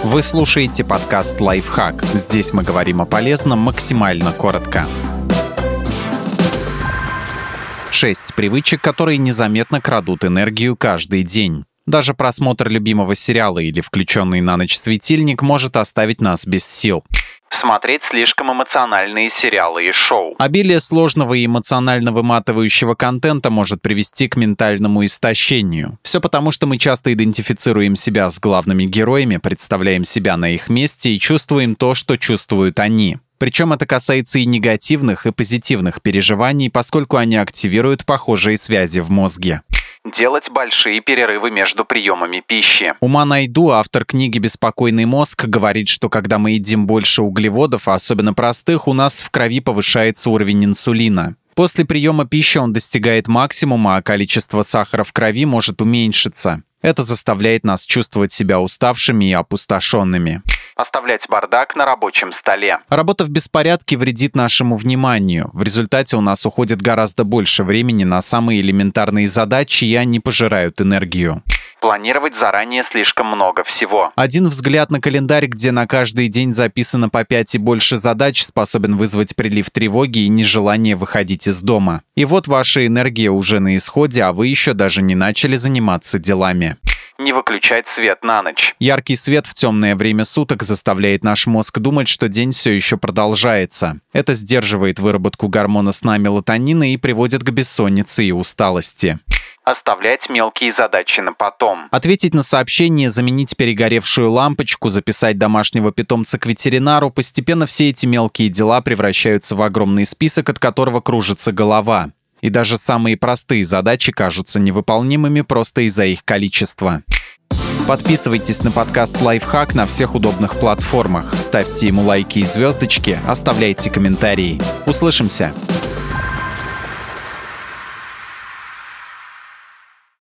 Вы слушаете подкаст «Лайфхак». Здесь мы говорим о полезном максимально коротко. 6 привычек, которые незаметно крадут энергию каждый день. Даже просмотр любимого сериала или включенный на ночь светильник может оставить нас без сил. Смотреть слишком эмоциональные сериалы и шоу. Обилие сложного и эмоционально выматывающего контента может привести к ментальному истощению. Все потому, что мы часто идентифицируем себя с главными героями, представляем себя на их месте и чувствуем то, что чувствуют они. Причем это касается и негативных, и позитивных переживаний, поскольку они активируют похожие связи в мозге. Делать большие перерывы между приемами пищи. Ума Найду, автор книги «Беспокойный мозг», говорит, что когда мы едим больше углеводов, а особенно простых, у нас в крови повышается уровень инсулина. После приема пищи он достигает максимума, а количество сахара в крови может уменьшиться. Это заставляет нас чувствовать себя уставшими и опустошенными. Оставлять бардак на рабочем столе. Работа в беспорядке вредит нашему вниманию. В результате у нас уходит гораздо больше времени на самые элементарные задачи, и они пожирают энергию. Планировать заранее слишком много всего. Один взгляд на календарь, где на каждый день записано по 5 и больше задач, способен вызвать прилив тревоги и нежелание выходить из дома. И вот ваша энергия уже на исходе, а вы еще даже не начали заниматься делами. Не выключать свет на ночь. Яркий свет в темное время суток заставляет наш мозг думать, что день все еще продолжается. Это сдерживает выработку гормона сна мелатонина и приводит к бессоннице и усталости. Оставлять мелкие задачи на потом. Ответить на сообщение, заменить перегоревшую лампочку, записать домашнего питомца к ветеринару. Постепенно все эти мелкие дела превращаются в огромный список, от которого кружится голова. И даже самые простые задачи кажутся невыполнимыми просто из-за их количества. Подписывайтесь на подкаст «Лайфхак» на всех удобных платформах. Ставьте ему лайки и звездочки, оставляйте комментарии. Услышимся!